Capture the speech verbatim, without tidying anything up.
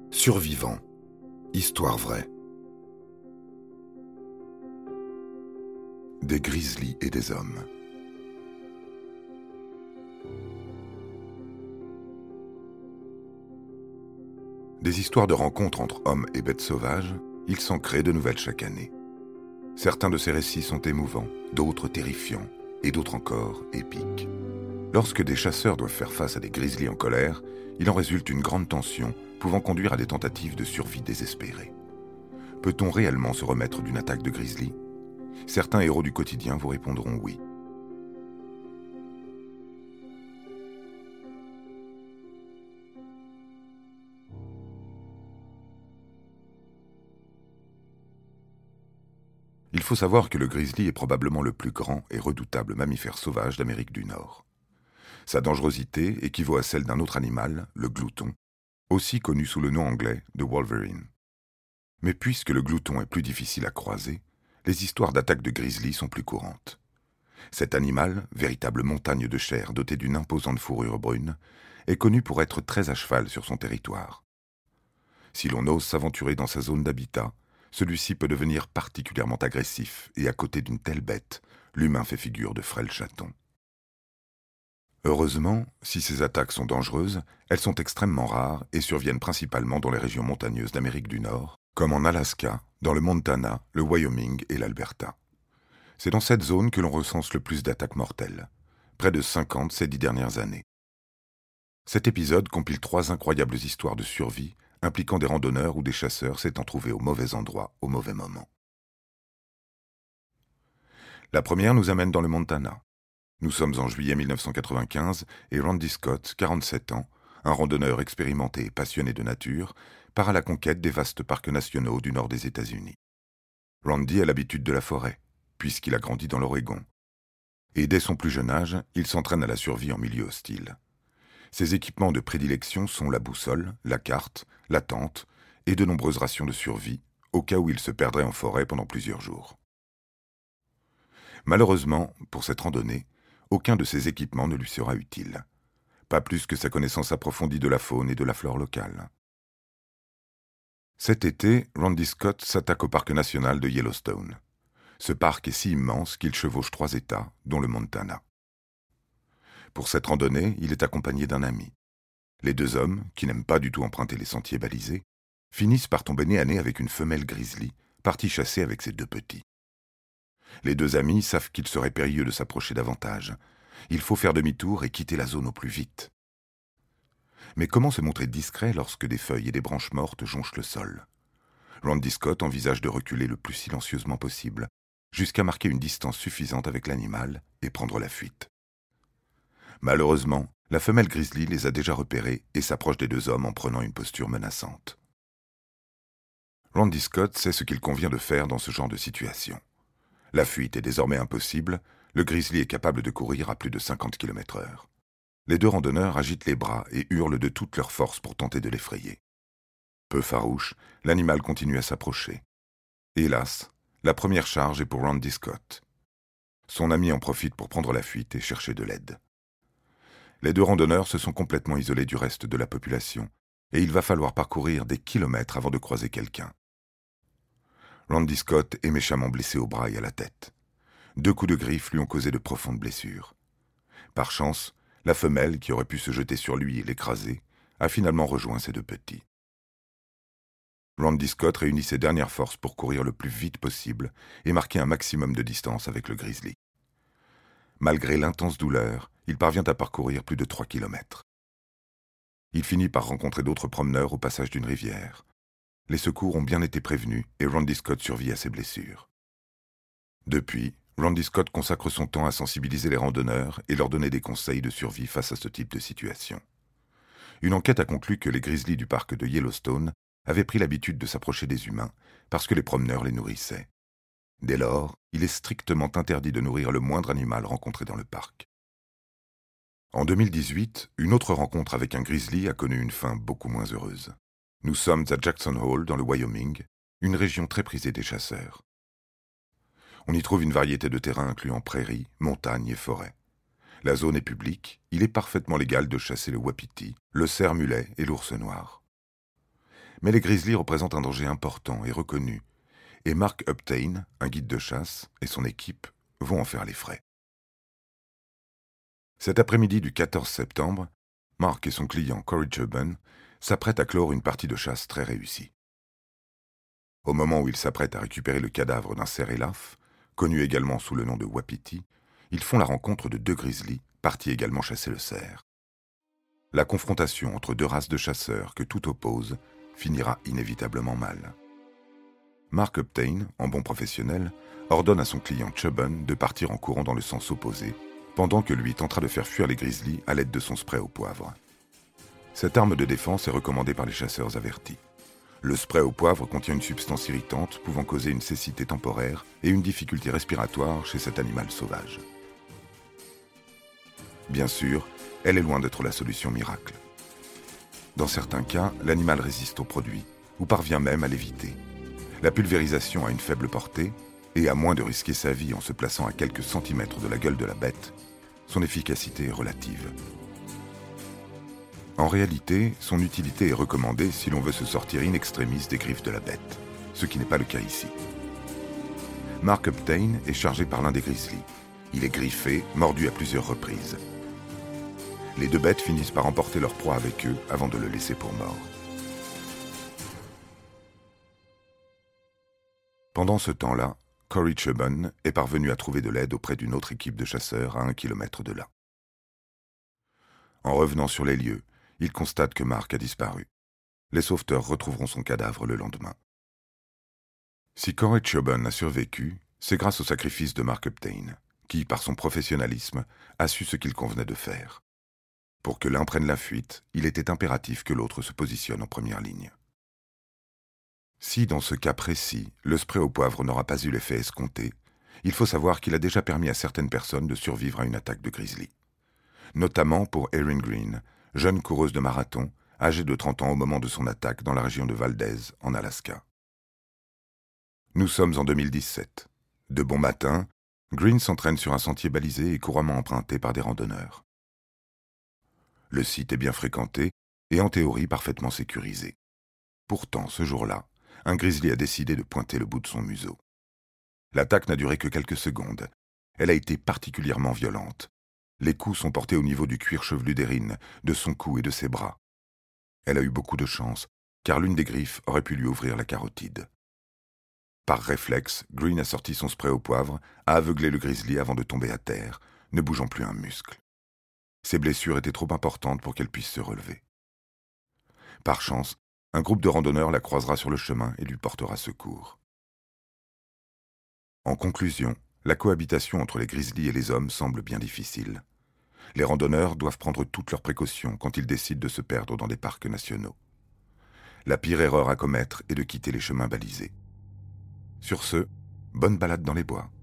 Survivants. Histoire vraie. Des grizzlies et des hommes. Des histoires de rencontres entre hommes et bêtes sauvages, il s'en crée de nouvelles chaque année. Certains de ces récits sont émouvants, d'autres terrifiants, et d'autres encore épiques. Lorsque des chasseurs doivent faire face à des grizzlies en colère, il en résulte une grande tension, pouvant conduire à des tentatives de survie désespérées. Peut-on réellement se remettre d'une attaque de grizzly ? Certains héros du quotidien vous répondront oui. Il faut savoir que le grizzly est probablement le plus grand et redoutable mammifère sauvage d'Amérique du Nord. Sa dangerosité équivaut à celle d'un autre animal, le glouton, aussi connu sous le nom anglais de Wolverine. Mais puisque le glouton est plus difficile à croiser, les histoires d'attaques de grizzly sont plus courantes. Cet animal, véritable montagne de chair dotée d'une imposante fourrure brune, est connu pour être très à cheval sur son territoire. Si l'on ose s'aventurer dans sa zone d'habitat, celui-ci peut devenir particulièrement agressif et à côté d'une telle bête, l'humain fait figure de frêle chaton. Heureusement, si ces attaques sont dangereuses, elles sont extrêmement rares et surviennent principalement dans les régions montagneuses d'Amérique du Nord, comme en Alaska, dans le Montana, le Wyoming et l'Alberta. C'est dans cette zone que l'on recense le plus d'attaques mortelles, près de cinquante ces dix dernières années. Cet épisode compile trois incroyables histoires de survie impliquant des randonneurs ou des chasseurs s'étant trouvés au mauvais endroit au mauvais moment. La première nous amène dans le Montana. Nous sommes en juillet mille neuf cent quatre-vingt-quinze et Randy Scott, quarante-sept ans, un randonneur expérimenté et passionné de nature, part à la conquête des vastes parcs nationaux du nord des États-Unis. Randy a l'habitude de la forêt, puisqu'il a grandi dans l'Oregon. Et dès son plus jeune âge, il s'entraîne à la survie en milieu hostile. Ses équipements de prédilection sont la boussole, la carte, la tente et de nombreuses rations de survie, au cas où il se perdrait en forêt pendant plusieurs jours. Malheureusement, pour cette randonnée, aucun de ces équipements ne lui sera utile. Pas plus que sa connaissance approfondie de la faune et de la flore locale. Cet été, Randy Scott s'attaque au parc national de Yellowstone. Ce parc est si immense qu'il chevauche trois États, dont le Montana. Pour cette randonnée, il est accompagné d'un ami. Les deux hommes, qui n'aiment pas du tout emprunter les sentiers balisés, finissent par tomber nez à nez avec une femelle grizzly, partie chasser avec ses deux petits. Les deux amis savent qu'il serait périlleux de s'approcher davantage. Il faut faire demi-tour et quitter la zone au plus vite. Mais comment se montrer discret lorsque des feuilles et des branches mortes jonchent le sol ? Randy Scott envisage de reculer le plus silencieusement possible, jusqu'à marquer une distance suffisante avec l'animal et prendre la fuite. Malheureusement, la femelle grizzly les a déjà repérés et s'approche des deux hommes en prenant une posture menaçante. Randy Scott sait ce qu'il convient de faire dans ce genre de situation. La fuite est désormais impossible, le grizzly est capable de courir à plus de cinquante kilomètres heure. Les deux randonneurs agitent les bras et hurlent de toute leur force pour tenter de l'effrayer. Peu farouche, l'animal continue à s'approcher. Hélas, la première charge est pour Randy Scott. Son ami en profite pour prendre la fuite et chercher de l'aide. Les deux randonneurs se sont complètement isolés du reste de la population, et il va falloir parcourir des kilomètres avant de croiser quelqu'un. Randy Scott est méchamment blessé au bras et à la tête. Deux coups de griffe lui ont causé de profondes blessures. Par chance, la femelle, qui aurait pu se jeter sur lui et l'écraser, a finalement rejoint ses deux petits. Randy Scott réunit ses dernières forces pour courir le plus vite possible et marquer un maximum de distance avec le grizzly. Malgré l'intense douleur, il parvient à parcourir plus de trois kilomètres. Il finit par rencontrer d'autres promeneurs au passage d'une rivière. Les secours ont bien été prévenus et Randy Scott survit à ses blessures. Depuis, Randy Scott consacre son temps à sensibiliser les randonneurs et leur donner des conseils de survie face à ce type de situation. Une enquête a conclu que les grizzlies du parc de Yellowstone avaient pris l'habitude de s'approcher des humains parce que les promeneurs les nourrissaient. Dès lors, il est strictement interdit de nourrir le moindre animal rencontré dans le parc. En deux mille dix-huit, une autre rencontre avec un grizzly a connu une fin beaucoup moins heureuse. Nous sommes à Jackson Hole, dans le Wyoming, une région très prisée des chasseurs. On y trouve une variété de terrains incluant prairies, montagnes et forêts. La zone est publique, il est parfaitement légal de chasser le wapiti, le cerf-mulet et l'ours noir. Mais les grizzlies représentent un danger important et reconnu, et Mark Uptain, un guide de chasse, et son équipe vont en faire les frais. Cet après-midi du quatorze septembre, Mark et son client Corey Chubben s'apprêtent à clore une partie de chasse très réussie. Au moment où ils s'apprêtent à récupérer le cadavre d'un cerf élaphe, connu également sous le nom de wapiti, ils font la rencontre de deux grizzlies, partis également chasser le cerf. La confrontation entre deux races de chasseurs que tout oppose finira inévitablement mal. Mark Uptain, en bon professionnel, ordonne à son client Chubben de partir en courant dans le sens opposé, pendant que lui tentera de faire fuir les grizzlies à l'aide de son spray au poivre. Cette arme de défense est recommandée par les chasseurs avertis. Le spray au poivre contient une substance irritante pouvant causer une cécité temporaire et une difficulté respiratoire chez cet animal sauvage. Bien sûr, elle est loin d'être la solution miracle. Dans certains cas, l'animal résiste au produit, ou parvient même à l'éviter. La pulvérisation a une faible portée, et à moins de risquer sa vie en se plaçant à quelques centimètres de la gueule de la bête, son efficacité est relative. En réalité, son utilité est recommandée si l'on veut se sortir in extremis des griffes de la bête, ce qui n'est pas le cas ici. Mark Uptain est chargé par l'un des grizzlies. Il est griffé, mordu à plusieurs reprises. Les deux bêtes finissent par emporter leur proie avec eux avant de le laisser pour mort. Pendant ce temps-là, Corey Chubben est parvenu à trouver de l'aide auprès d'une autre équipe de chasseurs à un kilomètre de là. En revenant sur les lieux, il constate que Mark a disparu. Les sauveteurs retrouveront son cadavre le lendemain. Si Corey Chubben a survécu, c'est grâce au sacrifice de Mark Uptain, qui, par son professionnalisme, a su ce qu'il convenait de faire. Pour que l'un prenne la fuite, il était impératif que l'autre se positionne en première ligne. Si, dans ce cas précis, le spray au poivre n'aura pas eu l'effet escompté, il faut savoir qu'il a déjà permis à certaines personnes de survivre à une attaque de grizzly. Notamment pour Erin Green, jeune coureuse de marathon, âgée de trente ans au moment de son attaque dans la région de Valdez, en Alaska. Nous sommes en deux mille dix-sept. De bon matin, Green s'entraîne sur un sentier balisé et couramment emprunté par des randonneurs. Le site est bien fréquenté et en théorie parfaitement sécurisé. Pourtant, ce jour-là, un grizzly a décidé de pointer le bout de son museau. L'attaque n'a duré que quelques secondes. Elle a été particulièrement violente. Les coups sont portés au niveau du cuir chevelu d'Erin, de son cou et de ses bras. Elle a eu beaucoup de chance, car l'une des griffes aurait pu lui ouvrir la carotide. Par réflexe, Green a sorti son spray au poivre, a aveuglé le grizzly avant de tomber à terre, ne bougeant plus un muscle. Ses blessures étaient trop importantes pour qu'elle puisse se relever. Par chance, un groupe de randonneurs la croisera sur le chemin et lui portera secours. En conclusion, la cohabitation entre les grizzlies et les hommes semble bien difficile. Les randonneurs doivent prendre toutes leurs précautions quand ils décident de se perdre dans des parcs nationaux. La pire erreur à commettre est de quitter les chemins balisés. Sur ce, bonne balade dans les bois.